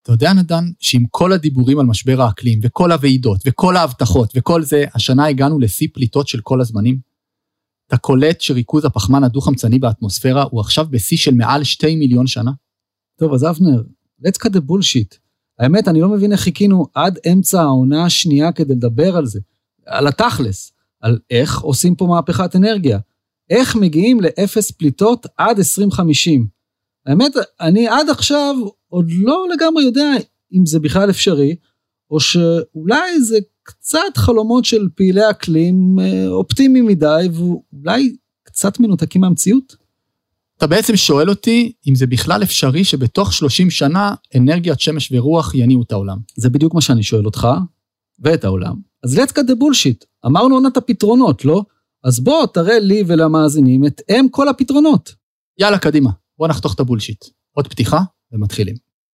אתה יודע נדן, שעם כל הדיבורים על משבר האקלים, וכל הוועידות, וכל ההבטחות, וכל זה, השנה הגענו לשיא פליטות של כל הזמנים. אתה קולט שריכוז הפחמן הדו-חמצני באטמוספירה, הוא עכשיו בשיא של מעל 2 מיליון שנה. טוב, אז אבנר, let's cut the bullshit. האמת, אני לא מבין איך חיכינו עד אמצע העונה השנייה כדי לדבר על זה, על התכלס, על איך עושים פה מהפכת אנרגיה, איך מגיעים לאפס פליטות עד 2050. האמת, אני עד עכשיו עוד לא לגמרי יודע אם זה בכלל אפשרי, או שאולי זה קצת חלומות של פעילי אקלים אופטימיים מדי, ואולי קצת מנותקים מהמציאות. אתה בעצם שואל אותי אם זה בכלל אפשרי שבתוך 30 שנה אנרגיית שמש ורוח יניעו את העולם. זה בדיוק מה שאני שואל אותך ואת העולם. אז let's cut the bullshit. אמרנו עונת הפתרונות, לא? אז בוא תראה לי ולמאזינים את כל הפתרונות. יאללה, קדימה. בוא נחתוך את הבולשיט. עוד פתיחה ומתחילים.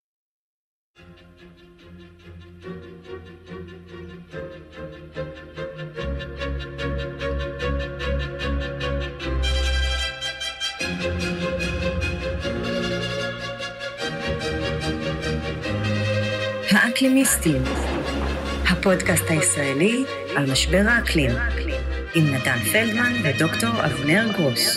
האקלימיסטים, הפודקאסט הישראלי על משבר האקלים, עם נתן פלדמן ודוקטור אבנר גרוס.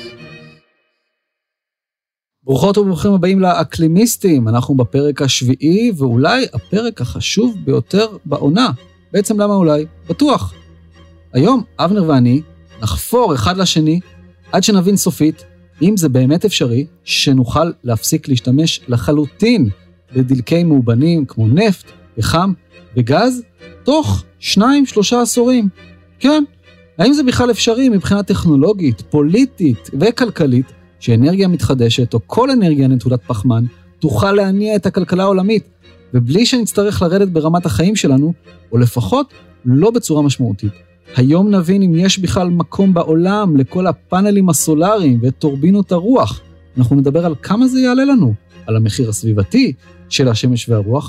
ברוכות וברוכים הבאים לאקלימיסטים, אנחנו בפרק השביעי, ואולי הפרק החשוב ביותר בעונה. בעצם למה אולי? בטוח. היום אבנר ואני נחפור אחד לשני, עד שנבין סופית, אם זה באמת אפשרי, שנוכל להפסיק להשתמש לחלוטין בדלקי מאובנים כמו נפט, פחם וגז, תוך 2-3 עשורים. כן, האם זה בכלל אפשרי מבחינה טכנולוגית, פוליטית וכלכלית, שאנרגיה מתחדשת או כל אנרגיה נטולת פחמן, תוכל להניע את הכלכלה העולמית, ובלי שנצטרך לרדת ברמת החיים שלנו, או לפחות לא בצורה משמעותית. היום נבין אם יש בכלל מקום בעולם לכל הפאנלים הסולריים וטורבינות הרוח. אנחנו נדבר על כמה זה יעלה לנו, על המחיר הסביבתי של השמש והרוח,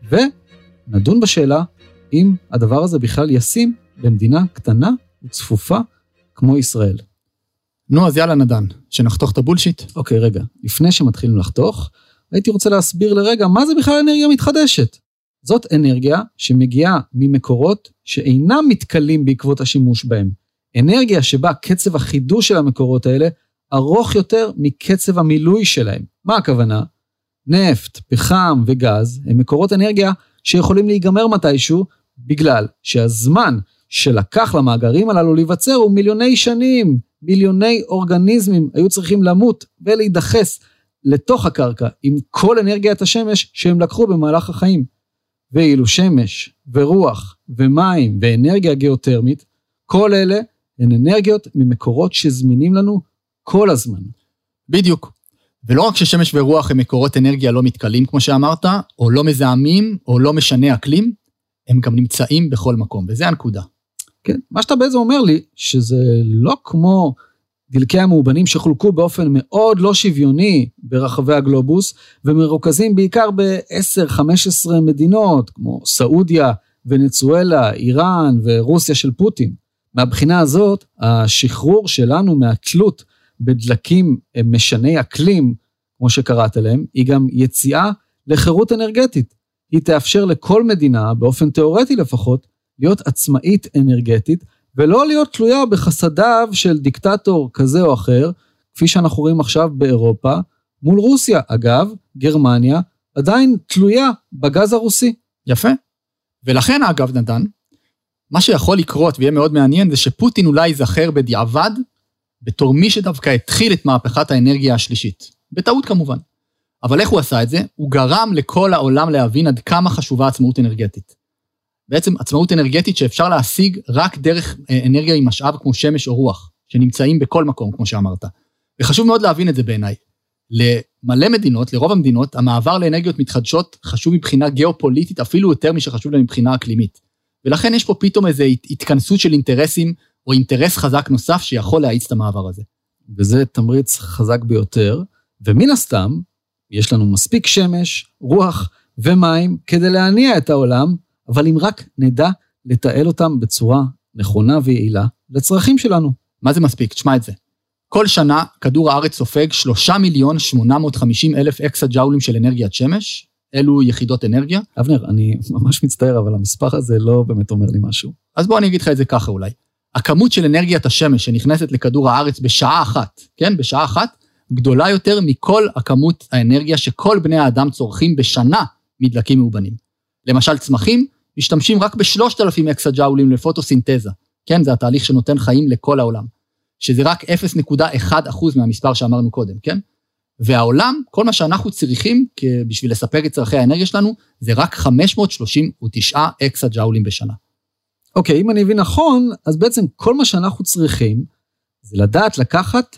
ונדון בשאלה אם הדבר הזה בכלל ישים במדינה קטנה וצפופה כמו ישראל. נו, אז יאללה נדן, שנחתוך את הבולשיט. אוקיי, רגע, לפני שמתחילים לחתוך, הייתי רוצה להסביר לרגע מה זה בכלל אנרגיה מתחדשת. זאת אנרגיה שמגיעה ממקורות שאינם מתקלים בעקבות השימוש בהם. אנרגיה שבה קצב החידוש של המקורות האלה ארוך יותר מקצב המילוי שלהם. מה הכוונה? נפט, פחם וגז הם מקורות אנרגיה שיכולים להיגמר מתישהו, בגלל שהזמן שלקח למאגרים הללו להיווצר הוא מיליוני שנים, מיליוני אורגניזמים היו צריכים למות ולהידחס לתוך הקרקע עם כל אנרגיית השמש שהם לקחו במהלך החיים. ואילו שמש ורוח ומים ואנרגיה גיאותרמית, כל אלה הן אנרגיות ממקורות שזמינים לנו כל הזמן. בדיוק. ולא רק ששמש ורוח הם מקורות אנרגיה לא מתקלים, כמו שאמרת, או לא מזהמים, או לא משנה אקלים, הם גם נמצאים בכל מקום, וזה הנקודה. כן, מה שאתה בעצם אומר לי, שזה לא כמו דלקי המאובנים שחולקו באופן מאוד לא שוויוני ברחבי הגלובוס, ומרוכזים בעיקר ב-10-15 מדינות, כמו סעודיה, ונצואלה, איראן ורוסיה של פוטין. מהבחינה הזאת, השחרור שלנו מהתלות בדלקים משני אקלים, כמו שקראת להם, היא גם יציאה לחירות אנרגטית. היא תאפשר לכל מדינה, באופן תיאורטי לפחות, להיות עצמאית אנרגטית, ולא להיות תלויה בחסדיו של דיקטטור כזה או אחר, כפי שאנחנו רואים עכשיו באירופה, מול רוסיה. אגב, גרמניה עדיין תלויה בגז הרוסי. יפה. ולכן אגב נדן, מה שיכול לקרות ויהיה מאוד מעניין, זה שפוטין אולי ייזכר בדיעבד, בתור מי שדווקא התחיל את מהפכת האנרגיה השלישית. בטעות כמובן. אבל איך הוא עשה את זה? הוא גרם לכל העולם להבין עד כמה חשובה עצמאות אנרגטית. בעצם עצמאות אנרגטית שאפשר להשיג רק דרך אנרגיה עם משאב כמו שמש או רוח, שנמצאים בכל מקום, כמו שאמרת. וחשוב מאוד להבין את זה בעיניי. למלא מדינות, לרוב המדינות, המעבר לאנרגיות מתחדשות חשוב מבחינה גיאופוליטית, אפילו יותר משחשוב לה מבחינה אקלימית. ולכן יש פה פתאום איזו התכנסות של אינטרסים, או אינטרס חזק נוסף שיכול להאיץ את המעבר הזה. וזה תמריץ חזק ביותר, ומן הסתם, יש לנו מספיק שמש, רוח ומים, כדי להניע את העולם, אבל אם רק נדע לתעל אותם בצורה נכונה ויעילה, לצרכים שלנו. מה זה מספיק? תשמע את זה. כל שנה כדור הארץ סופג 3,850,000 אקסה ג'אולים של אנרגיית שמש, אלו יחידות אנרגיה. אבנר, אני ממש מצטער, אבל המספר הזה לא באמת אומר לי משהו. אז בוא אני אגיד לך את זה ככה אולי. הכמות של אנרגיית השמש שנכנסת לכדור הארץ בשעה אחת, כן, בשעה אחת, גדולה יותר מכל הכמות האנרגיה שכל בני האדם צורכים בשנה מדלקים מאובנים. למשל צמחים משתמשים רק ב3,000 אקסג'אולים לפוטוסינתזה, כן, זה התהליך שנותן חיים לכל העולם, שזה רק 0.1% מהמספר שאמרנו קודם, כן? והעולם, כל מה שאנחנו צריכים בשביל לספק את צרכי האנרגיה שלנו, זה רק 539 אקסג'אולים בשנה. אוקיי, אם אני מבין נכון, אז בעצם כל מה שאנחנו צריכים, זה לדעת לקחת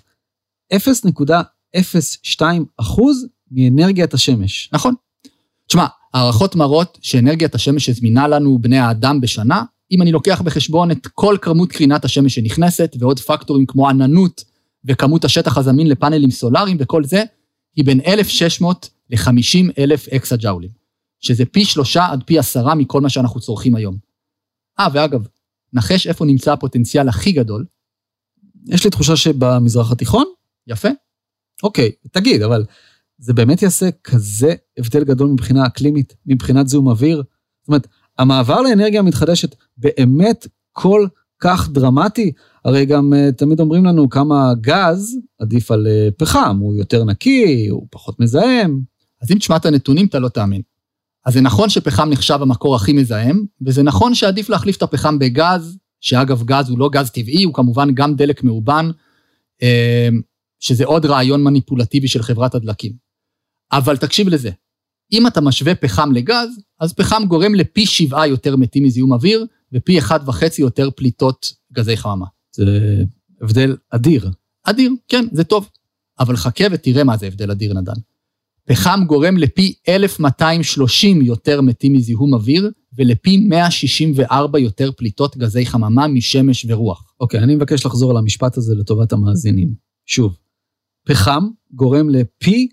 0.02% מאנרגיית השמש. נכון. תשמע, הערכות מראות שאנרגיית השמש הזמינה לנו בני האדם בשנה, אם אני לוקח בחשבון את כל כמות קרינת השמש שנכנסת, ועוד פקטורים כמו עננות, וכמות השטח הזמין לפאנלים סולאריים, וכל זה, היא בין 1,600 ל-50,000 אקסג'אולים, שזה פי 3 עד פי 10 מכל מה שאנחנו צורכים היום. ואגב, נחש איפה נמצא הפוטנציאל הכי גדול? יש לי תחושה שבמזרח התיכון? יפה. אוקיי, תגיד, אבל זה באמת יעשה כזה הבדל גדול מבחינה אקלימית, מבחינת זיהום אוויר? זאת אומרת, המעבר לאנרגיה מתחדשת באמת כל כך דרמטי, הרי גם תמיד אומרים לנו כמה גז עדיף על פחם, הוא יותר נקי, הוא פחות מזהם. אז אם תשמע את הנתונים אתה לא תאמין. אז זה נכון שפחם נחשב המקור הכי מזהם, וזה נכון שעדיף להחליף את הפחם בגז, שאגב גז הוא לא גז טבעי, הוא כמובן גם דלק מאובן, שזה עוד רעיון מניפולטיבי של חברת הדלקים. אבל תקשיב לזה, אם אתה משווה פחם לגז, אז פחם גורם לפי 7 יותר מתים מזיהום אוויר, ופי 1.5 יותר פליטות גזי חממה. זה הבדל אדיר. אדיר, כן, זה טוב. אבל חכה ותראה מה זה הבדל אדיר נדן. פחם גורם לפי 1,230 יותר מתים מזיהום אוויר, ולפי 164 יותר פליטות גזי חממה משמש ורוח. אוקיי, אני מבקש לחזור על המשפט הזה לטובת המאזינים. שוב, פחם גורם לפי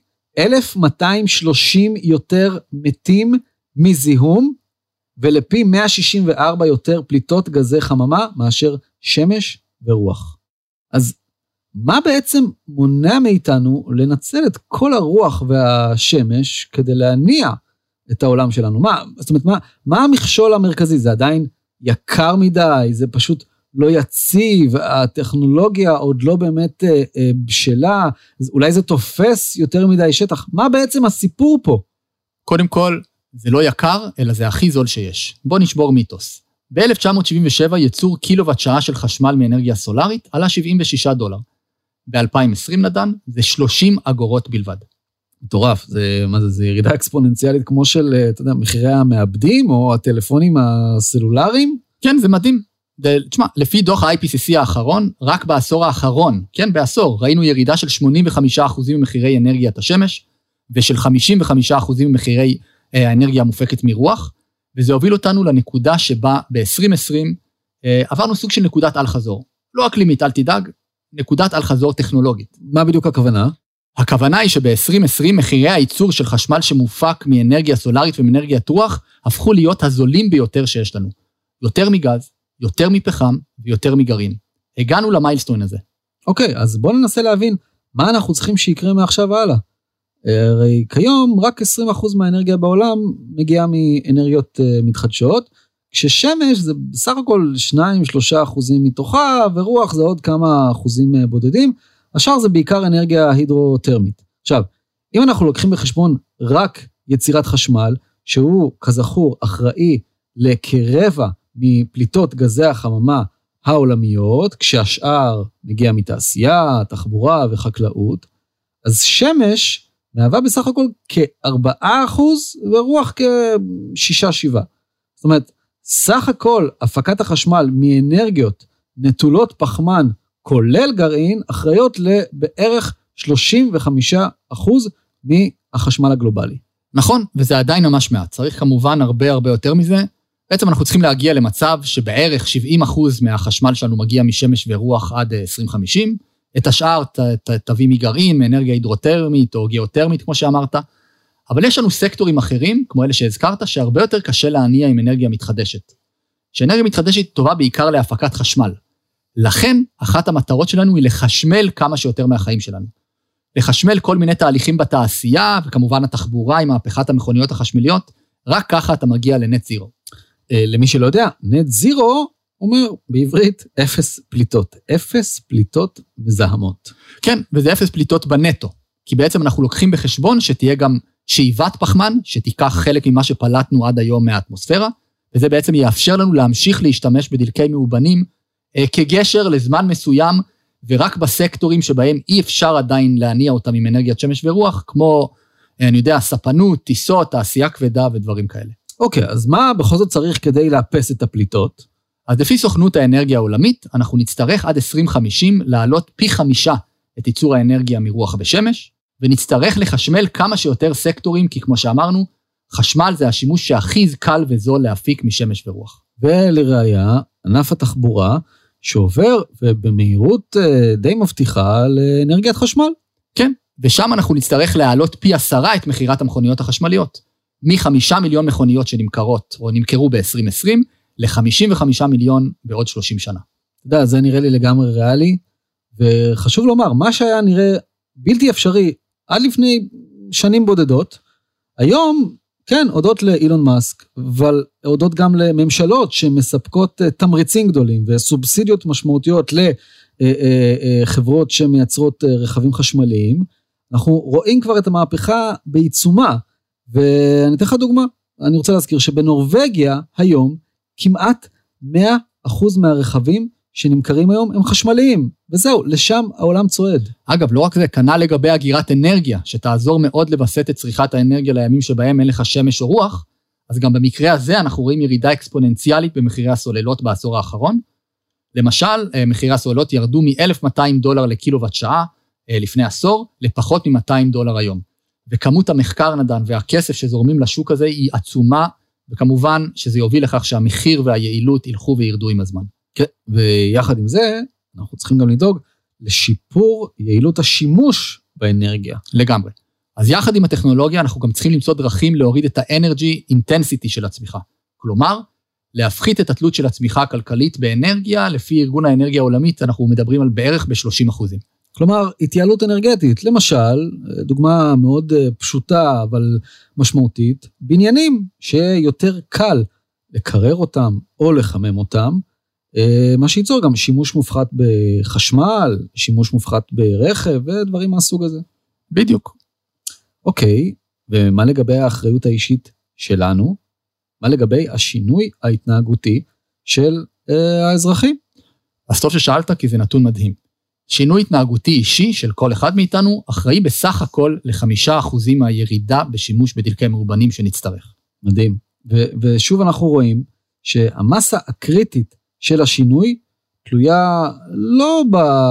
1,230 יותר מתים מזיהום, ולפי 164 יותר פליטות גזי חממה מאשר שמש ורוח. אז מה בעצם מונע מאיתנו לנצל את כל הרוח והשמש כדי להניע את העולם שלנו? זאת אומרת, מה המכשול המרכזי? זה עדיין יקר מדי, זה פשוט לא יציב, הטכנולוגיה עוד לא באמת בשלה, אולי זה תופס יותר מדי שטח. מה בעצם הסיפור פה? קודם כל, זה לא יקר, אלא זה הכי זול שיש. בוא נשבור מיתוס. ב-1977 ייצור קילוואט שעה של חשמל מאנרגיה סולארית עלה $76. ב-2020 נדן, זה 30 אגורות בלבד. מטורף, זה ירידה אקספוננציאלית כמו של, אתה יודע, מחירי המעבדים או הטלפונים הסלולריים? כן, זה מדהים. תשמע, לפי דוח ה-IPCC האחרון, רק בעשור האחרון, כן, בעשור, ראינו ירידה של 85% ממחירי אנרגיית השמש, ושל 55% ממחירי האנרגיה המופקת מרוח, וזה הוביל אותנו לנקודה שבה ב-2020 עברנו סוג של נקודת אל חזור. לא אקלימית, אל תדאג, נקודת אל חזור טכנולוגית. מה בדיוק הכוונה? הכוונה היא שב-2020 מחירי הייצור של חשמל שמופק מאנרגיה סולארית ומאנרגיית רוח, הפכו להיות הזולים ביותר שיש לנו. יותר מגז, יותר מפחם ויותר מגרעין. הגענו למיילסטון הזה. אוקיי, אז בואו ננסה להבין מה אנחנו צריכים שיקרה מעכשיו הלאה. הרי כיום רק 20% מהאנרגיה בעולם מגיעה מאנרגיות מתחדשות, כששמש זה בסך הכל 2-3% מתוכה, ורוח זה עוד כמה אחוזים בודדים, השאר זה בעיקר אנרגיה הידרוטרמית. עכשיו, אם אנחנו לוקחים בחשבון רק יצירת חשמל, שהוא כזכור אחראי לכרבע מפליטות גזי החממה העולמיות, כשהשאר מגיע מתעשייה, תחבורה וחקלאות, אז שמש מהווה בסך הכל כ4%, ורוח כ6-7. זאת אומרת, סך הכל הפקת החשמל מאנרגיות נטולות פחמן, כולל גרעין, אחראיות לבערך 35% מהחשמל הגלובלי. נכון, וזה עדיין ממש מעט. צריך כמובן הרבה יותר מזה. בעצם אנחנו צריכים להגיע למצב שבערך 70% מהחשמל שלנו מגיע משמש ורוח עד 2050, את השאר תביא מגרעין, מאנרגיה הידרוטרמית או גיאוטרמית, כמו שאמרת, אבל יש לנו סקטורים אחרים, כמו אלה שהזכרת, שהרבה יותר קשה להניע עם אנרגיה מתחדשת. שאנרגיה מתחדשת טובה בעיקר להפקת חשמל. לכן, אחת המטרות שלנו היא לחשמל כמה שיותר מהחיים שלנו. לחשמל כל מיני תהליכים בתעשייה, וכמובן התחבורה עם מהפכת המכוניות החשמליות, רק ככה אתה מגיע לנט זירו. למי שלא יודע, נט זירו אומר בעברית 0 פליטות, 0 פליטות מזהמות. כן, וזה 0 פליטות בנטו, כי בעצם אנחנו לוקחים בחשבון שתהיה גם שאיבת פחמן, שתיקח חלק ממה שפלטנו עד היום מהאטמוספירה, וזה בעצם יאפשר לנו להמשיך להשתמש בדלקי מאובנים, כגשר לזמן מסוים, ורק בסקטורים שבהם אי אפשר עדיין להניע אותם עם אנרגיית שמש ורוח, כמו, אני יודע, ספנות, טיסות, תעשייה כבדה ודברים כאלה. אוקיי, אז מה בכל זאת צריך כדי לאפס את הפליטות? אז לפי סוכנות האנרגיה העולמית, אנחנו נצטרך עד 2050 לעלות פי 5 את ייצור האנרגיה מרוח בשמש, ונצטרך לחשמל כמה שיותר סקטורים, כי כמו שאמרנו, חשמל זה השימוש שהכי קל וזול להפיק משמש ורוח. ולראיה, ענף התחבורה שעובר ובמהירות די מבטיחה לאנרגיית חשמל. כן, ושם אנחנו נצטרך להעלות פי 10 את מחירת המכוניות החשמליות, מ5 מיליון מכוניות שנמכרות או נמכרו ב-2020, ל-55 מיליון בעוד 30 שנה. אתה יודע, זה נראה לי לגמרי ריאלי, וחשוב לומר, מה שהיה נראה בלתי אפשרי עד לפני שנים בודדות, היום, כן, הודות לאילון מאסק, אבל הודות גם לממשלות שמספקות תמריצים גדולים וסובסידיות משמעותיות לחברות שמייצרות רכבים חשמליים, אנחנו רואים כבר את המהפכה בעיצומה, ואני אתן לך דוגמה, אני רוצה להזכיר שבנורווגיה היום כמעט 100% מהרכבים שנמכרים היום הם חשמליים, וזהו, לשם העולם צועד. אגב, לא רק זה, כנ"ל לגבי אגירת אנרגיה, שתעזור מאוד לבסט את צריכת האנרגיה לימים שבהם אין לך שמש או רוח, אז גם במקרה הזה אנחנו רואים ירידה אקספוננציאלית במחירי הסוללות בעשור האחרון. למשל, מחירי הסוללות ירדו $1,200 לקילוואט שעה לפני עשור, לפחות $200 היום. וכמות המחקר נדן והכסף שזורמים לשוק הזה היא עצומה, וכמובן שזה יוביל לכך שהמחיר והיעילות ילכו וירדו עם הזמן. כן, ויחד עם זה, אנחנו צריכים גם לדאוג לשיפור יעילות השימוש באנרגיה. לגמרי. אז יחד עם הטכנולוגיה, אנחנו גם צריכים למצוא דרכים להוריד את ה-energy intensity של הצמיחה. כלומר, להפחית את התלות של הצמיחה הכלכלית באנרגיה, לפי ארגון האנרגיה העולמית, אנחנו מדברים על בערך ב-30%. כלומר, התייעלות אנרגטית, למשל, דוגמה מאוד פשוטה, אבל משמעותית, בניינים שיותר קל לקרר אותם או לחמם אותם, מה שייצור גם שימוש מופחת בחשמל, שימוש מופחת ברכב ודברים מהסוג הזה. בדיוק. אוקיי, ומה לגבי האחריות האישית שלנו? מה לגבי השינוי ההתנהגותי של האזרחים? אז טוב ששאלת, כי זה נתון מדהים. שינוי התנהגותי אישי של כל אחד מאיתנו, אחראי בסך הכל ל5% מהירידה בשימוש בדלקי מאובנים שנצטרך. מדהים. ושוב אנחנו רואים שהמסה הקריטית של השינוי תלויה לא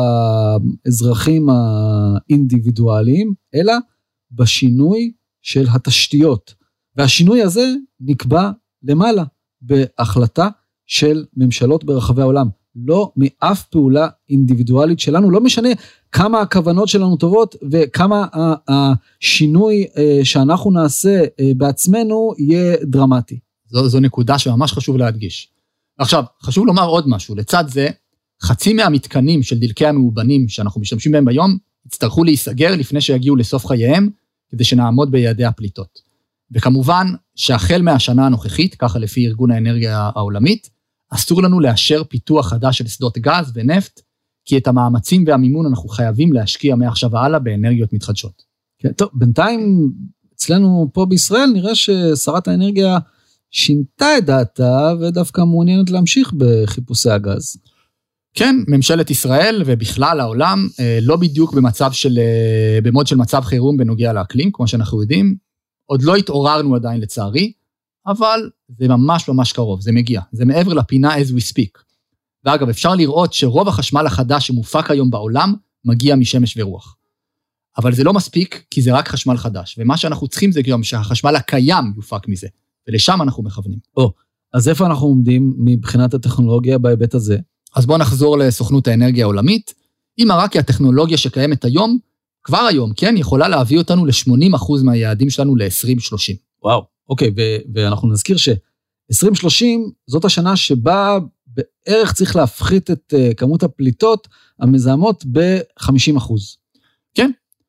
באזרחים האינדיבידואליים, אלא בשינוי של התשתיות. והשינוי הזה נקבע למעלה, בהחלטה של ממשלות ברחבי העולם. לא מאף פעולה אינדיבידואלית שלנו, לא משנה כמה הכוונות שלנו טובות, וכמה השינוי שאנחנו נעשה בעצמנו יהיה דרמטי. זו נקודה שממש חשוב להדגיש. עכשיו, חשוב לומר עוד משהו, לצד זה, חצי מהמתקנים של דלקי המאובנים שאנחנו משתמשים בהם היום, יצטרכו להיסגר לפני שיגיעו לסוף חייהם, כדי שנעמוד ביעדי הפליטות. וכמובן שהחל מהשנה הנוכחית, ככה לפי ארגון האנרגיה העולמית, אסור לנו לאשר פיתוח חדש של שדות גז ונפט, כי את המאמצים והמימון אנחנו חייבים להשקיע מעכשיו הלאה באנרגיות מתחדשות. כן, טוב, בינתיים אצלנו פה בישראל נראה ששרת האנרגיה שינתה את דעתה ודווקא מעוניינת להמשיך בחיפושי הגז. כן, ממשלת ישראל ובכלל העולם לא בדיוק במוד של מצב חירום בנוגע לאקלים, כמו שאנחנו יודעים, עוד לא התעוררנו עדיין לצערי, אבל זה ממש ממש קרוב, זה מגיע, זה מעבר לפינה as we speak. ואגב, אפשר לראות שרוב החשמל החדש שמופק היום בעולם, מגיע משמש ורוח. אבל זה לא מספיק, כי זה רק חשמל חדש, ומה שאנחנו צריכים זה גם שהחשמל הקיים יופק מזה, ולשם אנחנו מכוונים. אז איפה אנחנו עומדים מבחינת הטכנולוגיה בהיבט הזה? אז בואו נחזור לסוכנות האנרגיה העולמית, היא מראה כי הטכנולוגיה שקיימת היום, כבר היום, כן, יכולה להביא אותנו ל-80% מהיעדים שלנו ל-2030. וואו, אוקיי, ואנחנו נזכיר ש-2030 זאת השנה שבה בערך צריך להפחית את כמות הפליטות המזהמות ב-50%. כן,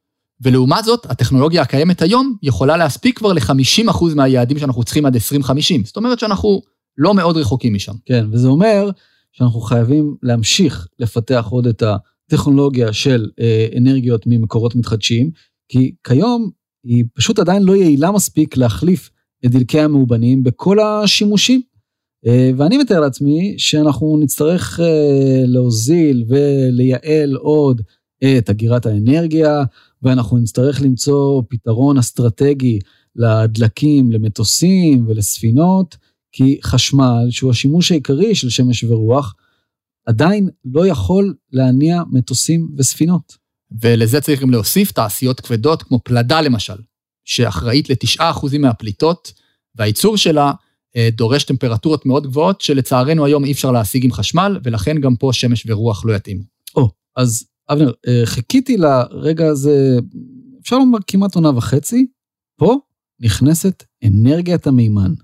ולעומת זאת, הטכנולוגיה הקיימת היום יכולה להספיק כבר ל-50% מהיעדים שאנחנו צריכים עד 2050. זאת אומרת שאנחנו לא מאוד רחוקים משם. כן, וזה אומר שאנחנו חייבים להמשיך לפתח עוד את הטכנולוגיה של אנרגיות ממקורות מתחדשים, כי כיום היא פשוט עדיין לא יעילה מספיק להחליף את דלקי המאובנים בכל השימושים. ואני מתאר לעצמי שאנחנו נצטרך להוזיל ולייעל עוד את אגירת האנרגיה, ואנחנו נצטרך למצוא פתרון אסטרטגי לדלקים, למטוסים ולספינות, כי חשמל, שהוא השימוש העיקרי של שמש ורוח, עדיין לא יכול להניע מטוסים וספינות. ולזה צריך גם להוסיף תעשיות כבדות, כמו פלדה למשל, שאחראית ל9% מהפליטות, והייצור שלה דורש טמפרטורות מאוד גבוהות, שלצערנו היום אי אפשר להשיג עם חשמל, ולכן גם פה שמש ורוח לא יתאימו. אז אבנר, חיכיתי לרגע הזה, אפשר לומר כמעט עונה וחצי, פה נכנסת אנרגיית המימן.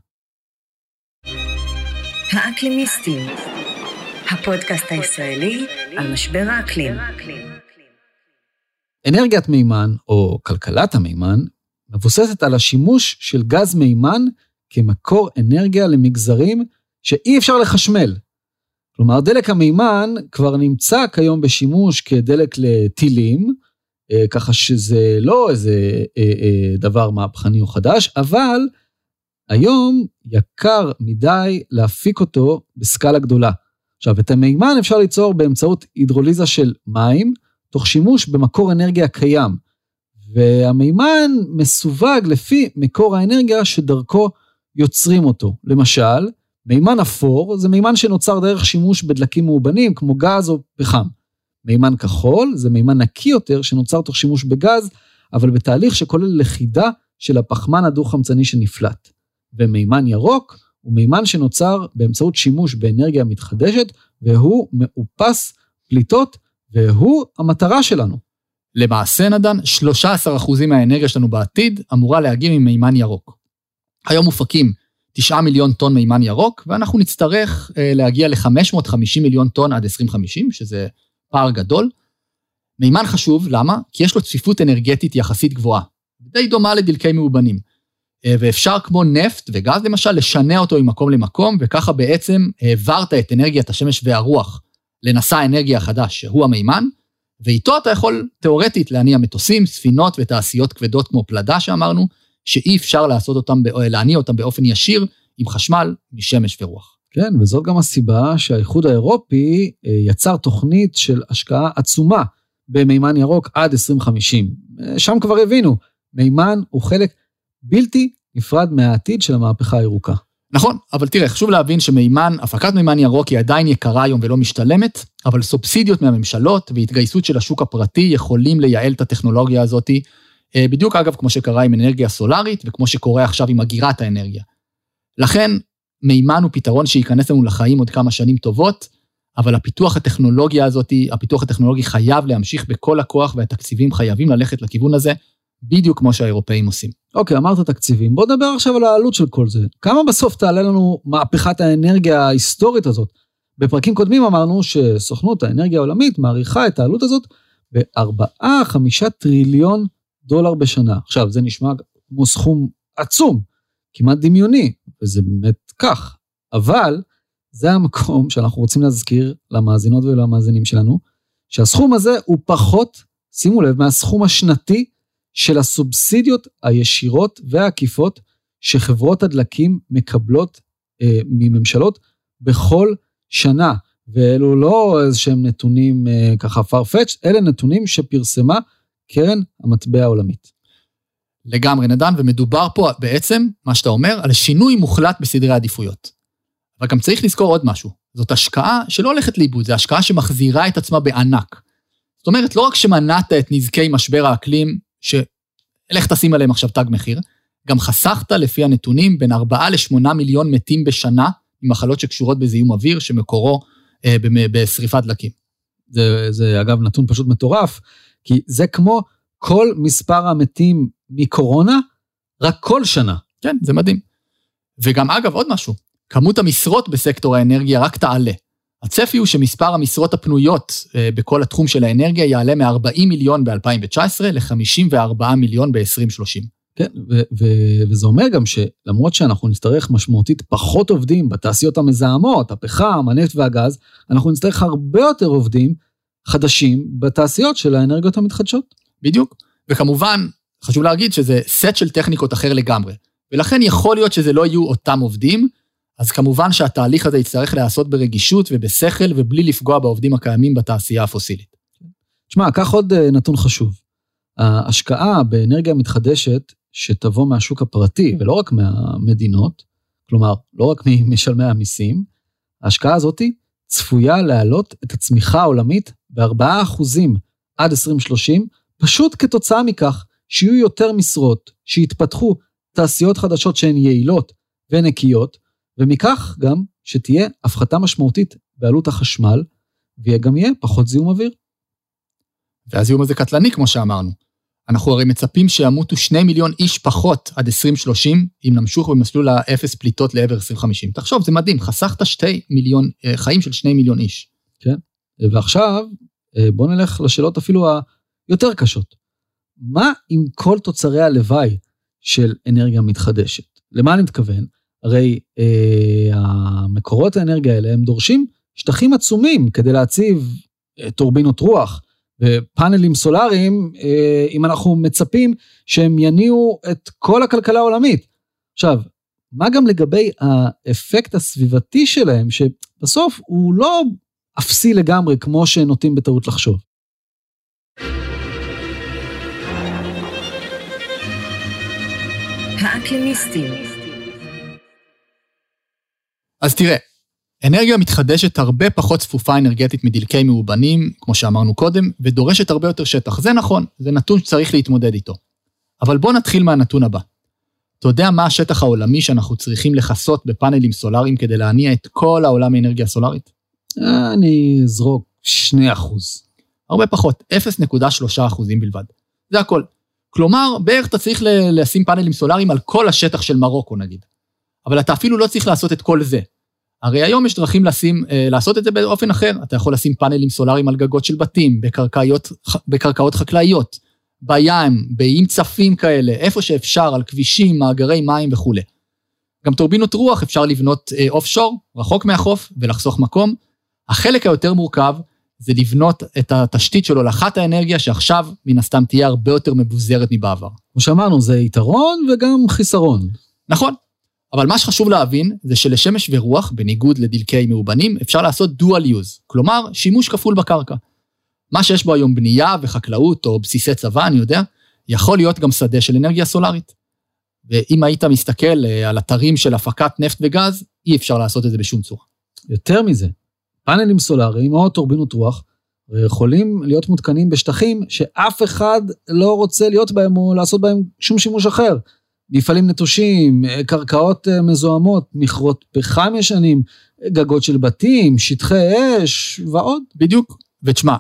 האקלימיסטים, הפודקאסט הישראלי על משבר האקלים. אנרגיית מימן, או כלכלת המימן, מבוססת על השימוש של גז מימן כמקור אנרגיה למגזרים שאי אפשר לחשמל. כלומר, דלק המימן כבר נמצא כיום בשימוש כדלק לטילים, ככה שזה לא איזה דבר מהפכני או חדש, אבל היום יקר מדי להפיק אותו בסקאלה גדולה. עכשיו, את המימן אפשר ליצור באמצעות הידרוליזה של מים, תוך שימוש במקור אנרגיה קיים, והמימן מסווג לפי מקור האנרגיה שדרכו יוצרים אותו. למשל, מימן אפור זה מימן שנוצר דרך שימוש בדלקים מאובנים, כמו גז או פחם. מימן כחול זה מימן נקי יותר שנוצר תוך שימוש בגז, אבל בתהליך שכולל לכידה של הפחמן הדו-חמצני שנפלט. ומימן ירוק הוא מימן שנוצר באמצעות שימוש באנרגיה מתחדשת, והוא מאופס פליטות, והוא המטרה שלנו. למעשה נדן, 13% מהאנרגיה שלנו בעתיד אמורה להגיע ממימן ירוק. היום מופקים 9 מיליון טון מימן ירוק, ואנחנו נצטרך להגיע ל-550 מיליון טון עד 2050, שזה פער גדול. מימן חשוב, למה? כי יש לו צפיפות אנרגטית יחסית גבוהה, די דומה לדלקי מאובנים, ואפשר כמו נפט וגז למשל, לשנע אותו ממקום למקום, וככה בעצם העברת את אנרגיית השמש והרוח לנשא האנרגיה החדש, שהוא המימן, ואיתו אתה יכול תיאורטית להניע מטוסים, ספינות ותעשיות כבדות כמו פלדה שאמרנו, שאי אפשר לעשות אותם, להניע אותם באופן ישיר עם חשמל משמש ורוח. כן, וזאת גם הסיבה שהאיחוד האירופי יצר תוכנית של השקעה עצומה במימן ירוק עד 2050. שם כבר הבינו, מימן הוא חלק בלתי נפרד מהעתיד של המהפכה הירוקה. נכון, אבל תראה, חשוב להבין שמימן, הפקת מימן ירוק היא עדיין יקרה היום ולא משתלמת, אבל סובסידיות מהממשלות והתגייסות של השוק הפרטי יכולים לייעל את הטכנולוגיה הזאת, בדיוק אגב כמו שקרה עם אנרגיה סולארית, וכמו שקורה עכשיו עם אגירת האנרגיה. לכן, מימן הוא פתרון שייכנס לנו לחיים עוד כמה שנים טובות, אבל הפיתוח הטכנולוגי חייב להמשיך בכל הכוח, והתקציבים חייבים ללכת לכיוון הזה, בדיוק כמו שהאירופאים עושים. אוקיי, אמרת תקציבים. בוא נדבר עכשיו על העלות של כל זה. כמה בסוף תעלה לנו מהפכת האנרגיה ההיסטורית הזאת? בפרקים קודמים אמרנו שסוכנות האנרגיה העולמית מעריכה את העלות הזאת ב4-5 טריליון דולר בשנה. עכשיו, זה נשמע כמו סכום עצום, כמעט דמיוני, וזה באמת כך. אבל זה המקום שאנחנו רוצים להזכיר למאזינות ולמאזינים שלנו, שהסכום הזה הוא פחות, שימו לב, מהסכום השנתי של הסובסידיות הישירות והעקיפות שחברות הדלקים מקבלות מממשלות בכל שנה. ואלו לא איזשהם נתונים ככה farfetched, אלה נתונים שפרסמה קרן המטבע העולמית. לגמרי נדן, ומדובר פה בעצם, מה שאתה אומר, על שינוי מוחלט בסדרי העדיפויות. אבל גם צריך לזכור עוד משהו, זאת השקעה שלא הולכת לאיבוד, זה השקעה שמחזירה את עצמה בענק. זאת אומרת, לא רק שמנעת את נזקי משבר האקלים, שאלך תשים עליהם עכשיו תג מחיר, גם חסכת לפי הנתונים בין 4-8 מיליון מתים בשנה, ממחלות שקשורות בזיהום אוויר, שמקורו בשריפת דלקים. זה אגב נתון פשוט מטורף, כי זה כמו כל מספר המתים מקורונה, רק כל שנה. כן, זה מדהים. וגם אגב עוד משהו, כמות המשרות בסקטור האנרגיה רק תעלה. הצפי הוא שמספר המשרות הפנויות בכל התחום של האנרגיה יעלה מ-40 מיליון ב-2019 ל-54 מיליון ב-2030. כן, וזה אומר גם שלמרות שאנחנו נצטרך משמעותית פחות עובדים בתעשיות המזהמות, הפחם, הנפט והגז, אנחנו נצטרך הרבה יותר עובדים חדשים בתעשיות של האנרגיות המתחדשות. בדיוק, וכמובן חשוב להגיד שזה סט של טכניקות אחר לגמרי, ולכן יכול להיות שזה לא יהיו אותם עובדים, אז כמובן שהתהליך הזה יצטרך להיעשות ברגישות ובשכל ובלי לפגוע בעובדים הקיימים בתעשייה הפוסילית. תשמע, כך עוד נתון חשוב. ההשקעה באנרגיה מתחדשת שתבוא מהשוק הפרטי ולא רק מהמדינות, כלומר לא רק ממשלמי המיסים, ההשקעה הזאת צפויה להעלות את הצמיחה העולמית ב4% עד 2030, פשוט כתוצאה מכך שיהיו יותר משרות, שיתפתחו תעשיות חדשות שהן יעילות ונקיות, ומכך גם שתהיה הפחתה משמעותית בעלות החשמל, וגם יהיה פחות זיהום אוויר. והזיהום הזה קטלני, כמו שאמרנו. אנחנו הרי מצפים שימותו 2 מיליון איש פחות עד 2030, אם נמשיך במסלול האפס פליטות לעבר 2050. תחשוב, זה מדהים, חסכת חיים של 2 מיליון איש. כן, ועכשיו בוא נלך לשאלות אפילו היותר קשות. מה עם כל תוצרי הלוואי של אנרגיה מתחדשת? למה אני מתכוון? הרי המקורות האנרגיה האלה הם דורשים שטחים עצומים כדי להציב טורבינות רוח ופאנלים סולאריים, אם אנחנו מצפים שהם יניעו את כל הכלכלה העולמית. עכשיו, מה גם לגבי האפקט הסביבתי שלהם, שבסוף הוא לא אפסי לגמרי כמו שנוטים בטעות לחשוב. האקלימיסטים. אז תראה, אנרגיה מתחדשת הרבה פחות צפופה אנרגטית מדלקי מאובנים, כמו שאמרנו קודם, ודורשת הרבה יותר שטח. זה נכון, זה נתון שצריך להתמודד איתו. אבל בוא נתחיל מהנתון הבא. אתה יודע מה השטח העולמי שאנחנו צריכים לחסות בפאנלים סולאריים כדי להניע את כל העולם האנרגיה הסולארית? אני אזרוק 2%. הרבה פחות, 0.3% בלבד. זה הכל. כלומר, בערך אתה צריך לשים פאנלים סולאריים על כל השטח של מרוקו נגיד. אבל אתה אפילו לא צריך לעשות את כל זה. הרי היום יש דרכים לעשות את זה באופן אחר. אתה יכול לשים פאנלים סולאריים על גגות של בתים, בקרקעות חקלאיות, בים, באיים צפים כאלה, איפה שאפשר, על כבישים, מאגרי מים וכו'. גם טורבינות רוח אפשר לבנות אוף-שור, רחוק מהחוף, ולחסוך מקום. החלק היותר מורכב זה לבנות את התשתית של הולכת האנרגיה, שעכשיו מן הסתם תהיה הרבה יותר מבוזרת מבעבר. כמו שאמרנו, זה יתרון וגם חיסרון. נכון. אבל מה שחשוב להבין, זה שלשמש ורוח, בניגוד לדלקי מאובנים, אפשר לעשות dual use, כלומר, שימוש כפול בקרקע. מה שיש בו היום בנייה וחקלאות, או בסיסי צבא, אני יודע, יכול להיות גם שדה של אנרגיה סולארית. ואם היית מסתכל על אתרים של הפקת נפט וגז, אי אפשר לעשות את זה בשום צורה. יותר מזה, פאנלים סולאריים או טורבינות רוח, יכולים להיות מותקנים בשטחים שאף אחד לא רוצה להיות בהם או לעשות בהם שום שימוש אחר. מפעלים נטושים, קרקעות מזוהמות, מכרות פחם ישנים, גגות של בתים, שטחי אש ועוד. בדיוק. ותשמע,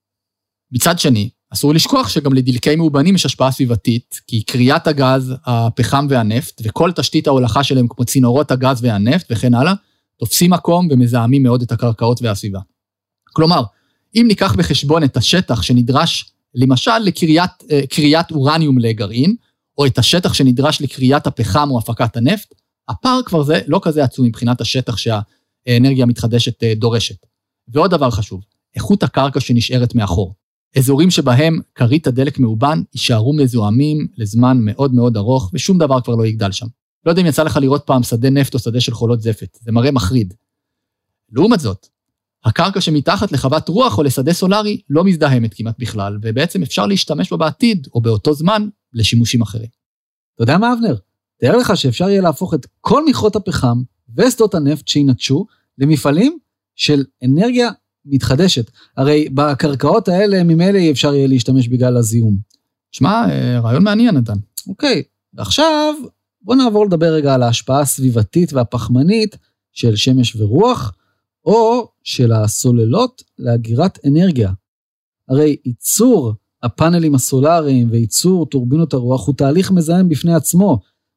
מצד שני, אסור לשכוח שגם לדלקי מאובנים יש השפעה סביבתית, כי קריאת הגז, הפחם והנפט, וכל תשתית ההולכה שלהם כמו צינורות הגז והנפט וכן הלאה, תופסים מקום ומזהמים מאוד את הקרקעות והסביבה. כלומר, אם ניקח בחשבון את השטח שנדרש, למשל לקריאת אורניום לגרעין, או את השטח שנדרש לקריאת הפחם או הפקת הנפט, הפער כבר זה לא כזה עצום מבחינת השטח שהאנרגיה המתחדשת דורשת. ועוד דבר חשוב, איכות הקרקע שנשארת מאחור. אזורים שבהם כרית הדלק מאובן יישארו מזוהמים לזמן מאוד מאוד ארוך, ושום דבר כבר לא יגדל שם. לא יודע אם יצא לך לראות פעם שדה נפט או שדה של חולות זפת, זה מראה מחריד. לעומת זאת, הקרקע שמתחת לחוות רוח או לשדה סולארי לא מזדהמת כמעט בכלל, ובעצם אפשר להשתמש בה בעתיד או באותו זמן לשימושים אחרים. אתה יודע מה, אבנר? תאר לך שאפשר יהיה להפוך את כל מכרות הפחם ושדות הנפט שינטשו למפעלים של אנרגיה מתחדשת. הרי בקרקעות האלה ממילא אפשר יהיה להשתמש בגלל הזיהום. תשמע, רעיון מעניין, נתן. אוקיי, ועכשיו בוא נעבור לדבר רגע על ההשפעה הסביבתית והפחמנית של שמש ורוח, או של הסוללות לאגירת אנרגיה. הרי ייצור הפאנלים הסולאריים וייצור טורבינות הרוח הוא תהליך מזהם בפני עצמו,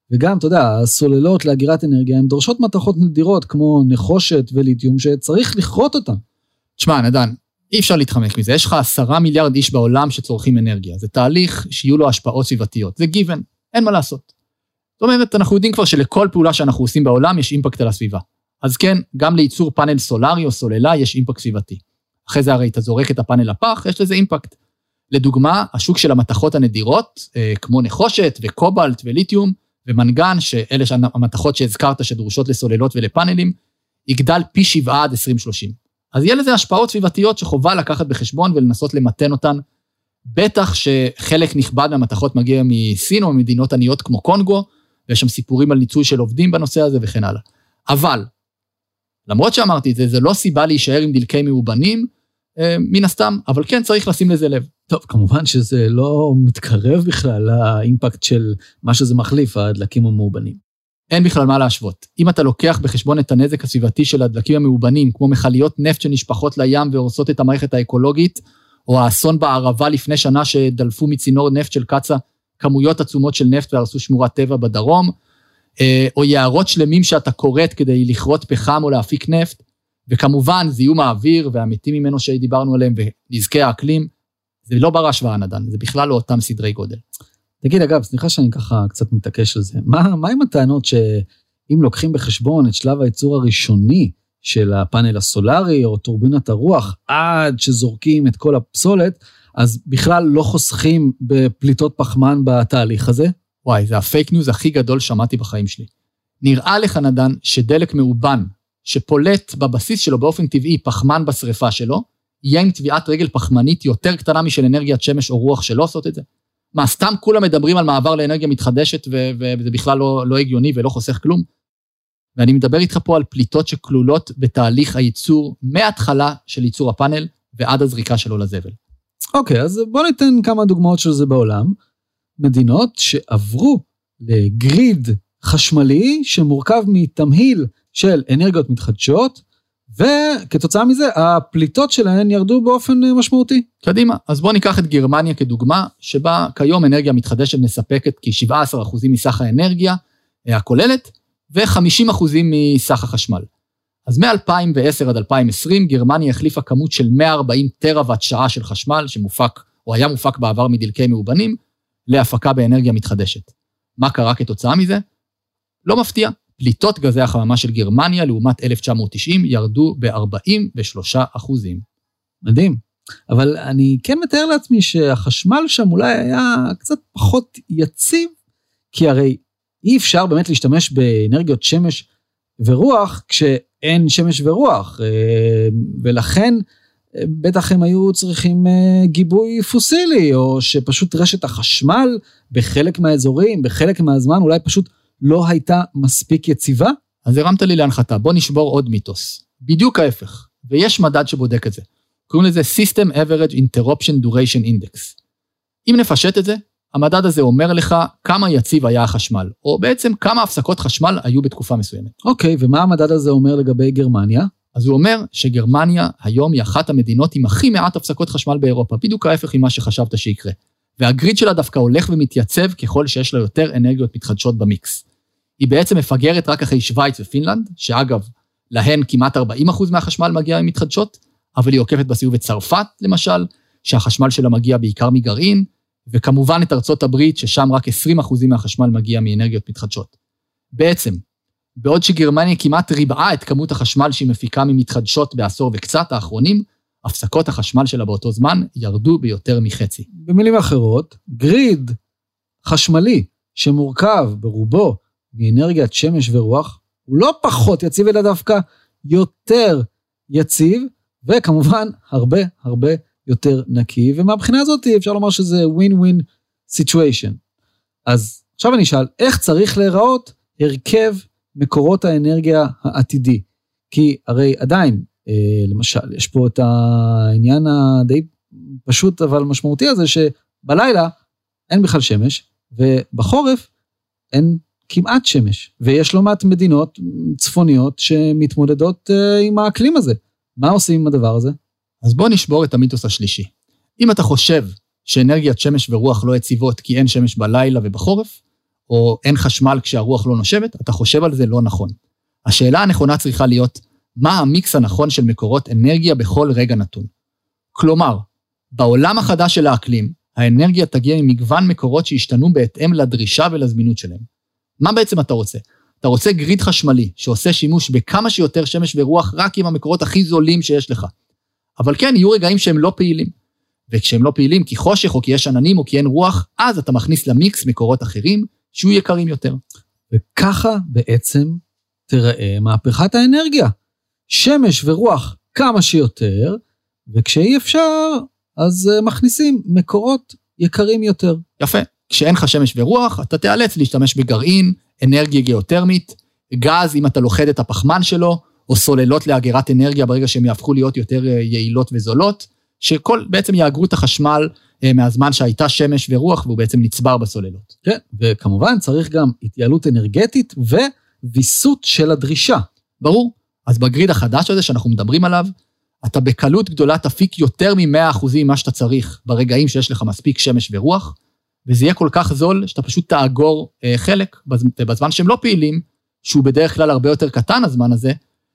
וגם, אתה יודע, הסוללות לאגירת אנרגיה, הן דורשות מתכות נדירות, כמו נחושת וליתיום, שצריך לכרות אותן. תשמע, נדן, אי אפשר להתחמק מזה. יש לך 10 מיליארד איש בעולם שצורכים אנרגיה. זה תהליך שיהיו לו השפעות סביבתיות. זה given, אין מה לעשות. זאת אומרת, אנחנו יודעים כבר שלכל פעולה שאנחנו עושים בעולם יש אימפקט על הסביבה. אז כן, גם לייצור פאנל סולרי או סוללה יש אימפקט סביבתי. אחרי זה הרי אתה זורק את הפאנל לפח, יש לזה אימפקט. לדוגמה, השוק של המתכות הנדירות, כמו נחושת וקובלט וליתיום ומנגן, שאלה המתכות שהזכרת שדרושות לסוללות ולפאנלים, יגדל פי 7 עד 2030. אז יהיה לזה השפעות סביבתיות שחובה לקחת בחשבון ולנסות למתן אותן, בטח שחלק נכבד מהמתכות מגיע מסין או ממדינות עניות כמו קונגו, ויש שם סיפורים על ניצול של עובדים בנושא הזה וכן הלאה. אבל, למרות שאמרתי את זה, זה לא סיבה להישאר עם דלקי מאובנים, מן הסתם, אבל כן צריך לשים לזה לב. טוב, כמובן שזה לא מתקרב בכלל לאימפקט של מה שזה מחליף, הדלקים המאובנים. אין בכלל מה להשוות. אם אתה לוקח בחשבון את הנזק הסביבתי של הדלקים המאובנים, כמו מכליות נפט שנשפחות לים והורסות את המערכת האקולוגית, או האסון בערבה לפני שנה שדלפו מצינור נפט של קצה כמויות עצומות של נפט והרסו שמורת טבע בדרום, או יערות שלמים שאתה קוראת כדי לכרות פחם או להפיק נפט, וכמובן זיהום האוויר והמתים ממנו שדיברנו עליהם ונזקי האקלים, זה לא בר השוואה נדן, זה בכלל לא אותם סדרי גודל. תגיד, אגב, סליחה שאני ככה קצת מתעקש על זה, מה עם הטענות שאם לוקחים בחשבון את שלב הייצור הראשוני של הפאנל הסולרי או טורבינת הרוח, עד שזורקים את כל הפסולת, אז בכלל לא חוסכים בפליטות פחמן בתהליך הזה? וואי, זה הפייק ניוז הכי גדול שמעתי בחיים שלי. נראה לך נדן שדלק מאובן, שפולט בבסיס שלו באופן טבעי פחמן בשריפה שלו, יהיה עם טביעת רגל פחמנית יותר קטנה משל אנרגיית שמש או רוח שלא עושות את זה? מה, סתם כולם מדברים על מעבר לאנרגיה מתחדשת, וזה בכלל לא הגיוני ולא חוסך כלום? ואני מדבר איתך פה על פליטות שכלולות בתהליך הייצור, מההתחלה של ייצור הפאנל, ועד הזריקה שלו לזבל. אוקיי, אז בוא ניתן כמה דוגמאות של זה בעולם. מדינות שעברו לגריד חשמלי, שמורכב מתמהיל של אנרגיות מתחדשות, וכתוצאה מזה, הפליטות שלהן ירדו באופן משמעותי. קדימה, אז בוא ניקח את גרמניה כדוגמה, שבה כיום אנרגיה מתחדשת מספקת כ-17% מסך האנרגיה הכוללת, ו-50% מסך החשמל. אז מ-2010 עד 2020, גרמניה החליפה כמות של 140 טראוואט שעה של חשמל, שמופק, או היה מופק בעבר מדלקי מאובנים, להפקה באנרגיה מתחדשת. מה קרה כתוצאה מזה? לא מפתיע. פליטות גזי החממה של גרמניה, לעומת 1990, ירדו ב-43%. מדהים. אבל אני כן מתאר לעצמי שהחשמל שם אולי היה קצת פחות יציב, כי הרי אי אפשר באמת להשתמש באנרגיות שמש ורוח, כשאין שמש ורוח, ולכן בטח הם היו צריכים גיבוי פוסילי, או שפשוט רשת החשמל בחלק מהאזורים, בחלק מהזמן, אולי פשוט לא הייתה מספיק יציבה. אז הרמת לי להנחתה, בוא נשבור עוד מיתוס. בדיוק ההפך, ויש מדד שבודק את זה. קוראים לזה System Average Interruption Duration Index. אם נפשט את זה, המדד הזה אומר לך כמה יציב היה החשמל, או בעצם כמה הפסקות חשמל היו בתקופה מסוימת. אוקיי, ומה המדד הזה אומר לגבי גרמניה? אז הוא אומר שגרמניה היום היא אחת המדינות עם הכי מעט הפסקות חשמל באירופה, בדיוק ההפך ממה שחשבת שיקרה. והגריד שלה דווקא הולך ומתייצב ככל שיש לה יותר אנרגיות מתחדשות במיקס. היא בעצם מפגרת רק אחרי שוויץ ופינלנד, שאגב, להן כמעט 40% מהחשמל מגיע ממתחדשות, אבל היא עוקפת בסיבוב את צרפת, למשל, שהחשמל שלה מגיע בעיקר מגרעין, וכמובן את ארצות הברית, ששם רק 20% מהחשמל מגיע מאנרגיות מתחדשות. בעצם, בעוד שגרמניה כמעט ריבעה את כמות החשמל שהיא מפיקה ממתחדשות בעשור וקצת האחרונים, הפסקות החשמל שלה באותו זמן ירדו ביותר מחצי. במילים אחרות, גריד חשמלי שמורכב ברובו מאנרגיית שמש ורוח, הוא לא פחות יציב אלא דווקא יותר יציב, וכמובן הרבה הרבה יותר נקי, ומהבחינה הזאת אפשר לומר שזה win-win situation. אז עכשיו אני אשאל, איך צריך להיראות הרכב מקורות האנרגיה העתידי? כי הרי עדיין, למשל, יש פה את העניין הדי פשוט אבל משמעותי הזה, שבלילה אין בכלל שמש, ובחורף אין כמעט שמש, ויש לא מעט מדינות צפוניות שמתמודדות עם האקלים הזה. מה עושים עם הדבר הזה? אז בוא נשבור את המיתוס השלישי. אם אתה חושב שאנרגיית שמש ורוח לא יציבות כי אין שמש בלילה ובחורף, או אין חשמל כשהרוח לא נושבת, אתה חושב על זה לא נכון. השאלה הנכונה צריכה להיות, מה המיקס הנכון של מקורות אנרגיה בכל רגע נתון? כלומר, בעולם החדש של האקלים, האנרגיה תגיע ממגוון מקורות שישתנו בהתאם לדרישה ולזמינות שלהם. מה בעצם אתה רוצה? אתה רוצה גריד חשמלי, שעושה שימוש בכמה שיותר שמש ורוח, רק עם המקורות הכי זולים שיש לך. אבל כן, יהיו רגעים שהם לא פעילים. וכשהם לא פעילים, כי חושך, או כי יש עננים, או כי אין רוח, אז אתה מכניס למיקס מקורות אחרים, שיהיו יקרים יותר. וככה בעצם תראה מהפכת האנרגיה. שמש ורוח כמה שיותר, וכשאי אפשר, אז מכניסים מקורות יקרים יותר. יפה. כשאין לך שמש ורוח, אתה תיאלץ להשתמש בגרעין, אנרגיה גיאותרמית, גז, אם אתה לוחד את הפחמן שלו, או סוללות לאגירת אנרגיה, ברגע שהם יהפכו להיות יותר יעילות וזולות, שכל בעצם יאגרו את החשמל מהזמן שהייתה שמש ורוח, והוא בעצם נצבר בסוללות. כן, וכמובן צריך גם התייעלות אנרגטית, וויסות של הדרישה. ברור. אז בגריד החדש הזה שאנחנו מדברים עליו, אתה בקלות גדולה תפיק יותר מ100% מה שאתה צריך, ברגעים שיש לך מספיק שמש ורוח, וזה יהיה כל כך זול, שאתה פשוט תאגור חלק, בזמן שהם לא פעילים, שהוא בדרך כלל הרבה יותר קטן הזמן הזה,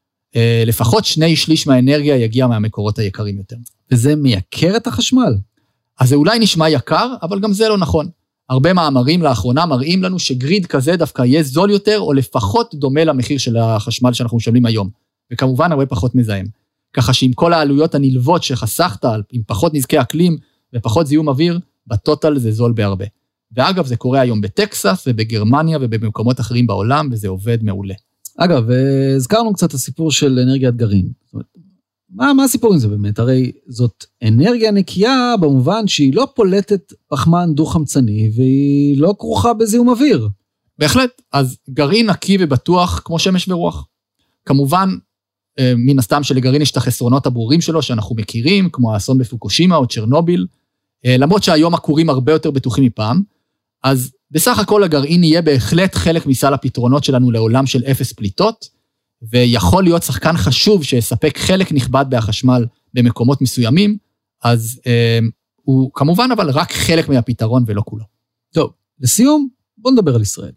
לפחות 2/3 מהאנרגיה יגיע מהמקורות היקרים יותר. וזה מייקר את החשמל. אז זה אולי נשמע יקר, אבל גם זה לא נכון. הרבה מאמרים לאחרונה מראים לנו שגריד כזה דווקא יהיה זול יותר, או לפחות דומה למחיר של החשמל שאנחנו משלמים היום. וכמובן הרבה פחות מזהם. ככה שעם כל העלויות הנלוות שחסכת, עם פחות נזקי אקלים ופחות זיהום אוויר, בטוטל זה זול בהרבה. ואגב, זה קורה היום בטקסס ובגרמניה ובמקומות אחרים בעולם, וזה עובד מעולה. אגב, הזכרנו קצת את הסיפור של אנרגיית גרעין. זאת אומרת, מה הסיפור עם זה באמת? הרי זאת אנרגיה נקייה במובן שהיא לא פולטת פחמן דו-חמצני, והיא לא כרוכה בזיהום אוויר. בהחלט, אז גרעין נקי ובטוח כמו שמש ורוח. כמובן, מן הסתם שלגרעין יש את החסרונות הברורים שלו, שאנחנו מכירים, כמו האסון בפוקושימה או צ'רנוביל, למרות שהיום הכורים הרבה יותר בטוחים מפעם, אז בסך הכל הגרעין יהיה בהחלט חלק מסל הפתרונות שלנו לעולם של 0 פליטות, ויכול להיות שחקן חשוב שיספק חלק נכבד בהחשמל במקומות מסוימים, אז הוא כמובן אבל רק חלק מהפתרון ולא כולו. טוב, לסיום, בוא נדבר על ישראל.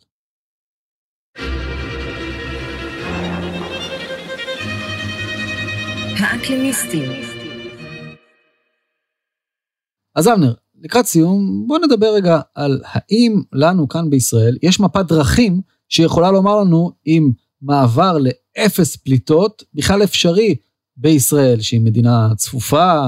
האקלימיסטים. אז אבנר, לקראת סיום, בוא נדבר רגע על האם לנו כאן בישראל יש מפת דרכים שיכולה לומר לנו אם מעבר ל0 פליטות בכלל אפשרי בישראל, שהיא מדינה צפופה,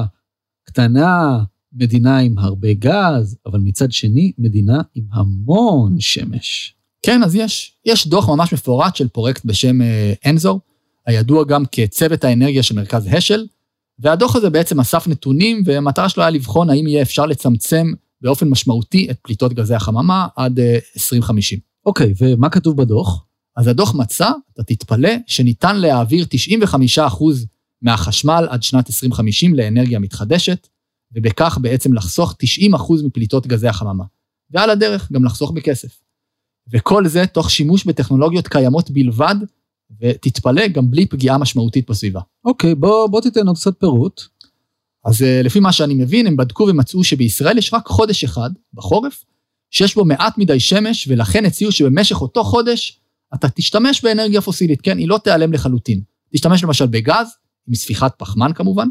קטנה, מדינה עם הרבה גז, אבל מצד שני מדינה עם המון שמש. כן, אז יש דוח ממש מפורט של פרויקט בשם אנזור, הידוע גם כצוות האנרגיה של מרכז השל, והדוח הזה בעצם אסף נתונים, והמטרה שלו היה לבחון האם יהיה אפשר לצמצם באופן משמעותי את פליטות גזי החממה עד 2050. אוקיי, ומה כתוב בדוח? אז הדוח מצא, אתה תתפלא, שניתן להעביר 95% מהחשמל עד שנת 2050 לאנרגיה מתחדשת, ובכך בעצם לחסוך 90% מפליטות גזי החממה. ועל הדרך גם לחסוך בכסף. וכל זה תוך שימוש בטכנולוגיות קיימות בלבד, ותתפלא גם בלי פגיעה משמעותית בסביבה. אוקיי, בוא תיתן עוד קצת פירוט. אז לפי מה שאני מבין, הם בדקו ומצאו שבישראל יש רק חודש אחד, בחורף, שיש בו מעט מדי שמש, ולכן הציעו שבמשך אותו חודש, אתה תשתמש באנרגיה פוסילית, כן? היא לא תיעלם לחלוטין. תשתמש למשל בגז, עם ספיחת פחמן כמובן,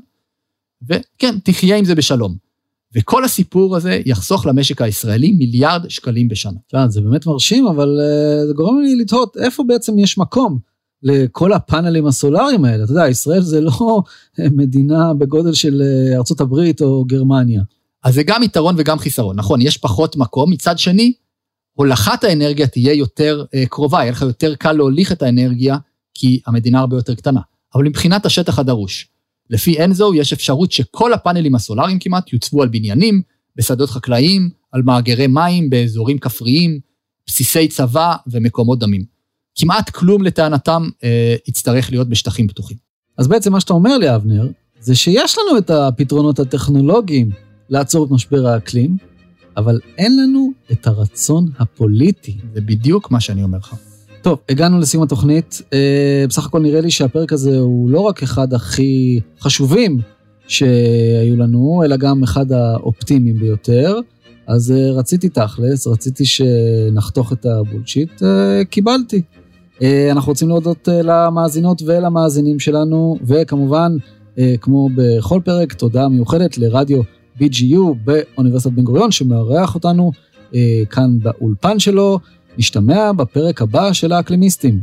וכן, תחיה עם זה בשלום. וכל הסיפור הזה יחסוך למשק הישראלי מיליארד שקלים בשנה. כן, זה באמת מרשים, אבל זה גורם לי לתהות איפה בעצם יש מקום לכל הפאנלים הסולריים האלה. אתה יודע, ישראל זה לא מדינה בגודל של ארצות הברית או גרמניה. אז זה גם יתרון וגם חיסרון. נכון, יש פחות מקום. מצד שני, הולכת האנרגיה תהיה יותר קרובה, יהיה לך יותר קל להוליך את האנרגיה, כי המדינה הרבה יותר קטנה. אבל מבחינת השטח הדרוש, לפי אנזו יש אפשרות שכל הפאנלים הסולריים כמעט יוצבו על בניינים, בשדות חקלאיים, על מאגרי מים, באזורים כפריים, בסיסי צבא ומקומות דמים. כמעט כלום לטענתם יצטרך להיות בשטחים פתוחים. אז בעצם מה שאתה אומר לי, אבנר, זה שיש לנו את הפתרונות הטכנולוגיים לעצור את משבר האקלים, אבל אין לנו את הרצון הפוליטי. זה בדיוק מה שאני אומר לך. טוב, הגענו לסיום התוכנית. בסך הכל נראה לי שהפרק הזה הוא לא רק אחד הכי חשובים שהיו לנו, אלא גם אחד האופטימיים ביותר. אז רציתי תכלס, רציתי שנחתוך את הבולשיט, קיבלתי. אנחנו רוצים להודות למאזינות ולמאזינים שלנו, וכמובן, כמו בכל פרק, תודה מיוחדת לרדיו BGU באוניברסיטת בן גוריון, שמארח אותנו כאן באולפן שלו. נשתמע בפרק הבא של האקלימיסטים.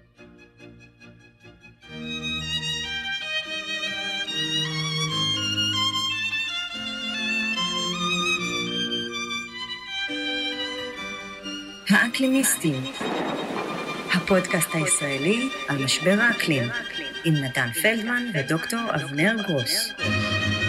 האקלימיסטים, הפודקאסט הישראלי על משבר האקלים, עם נתן פלדמן ודוקטור אבנר גרוס.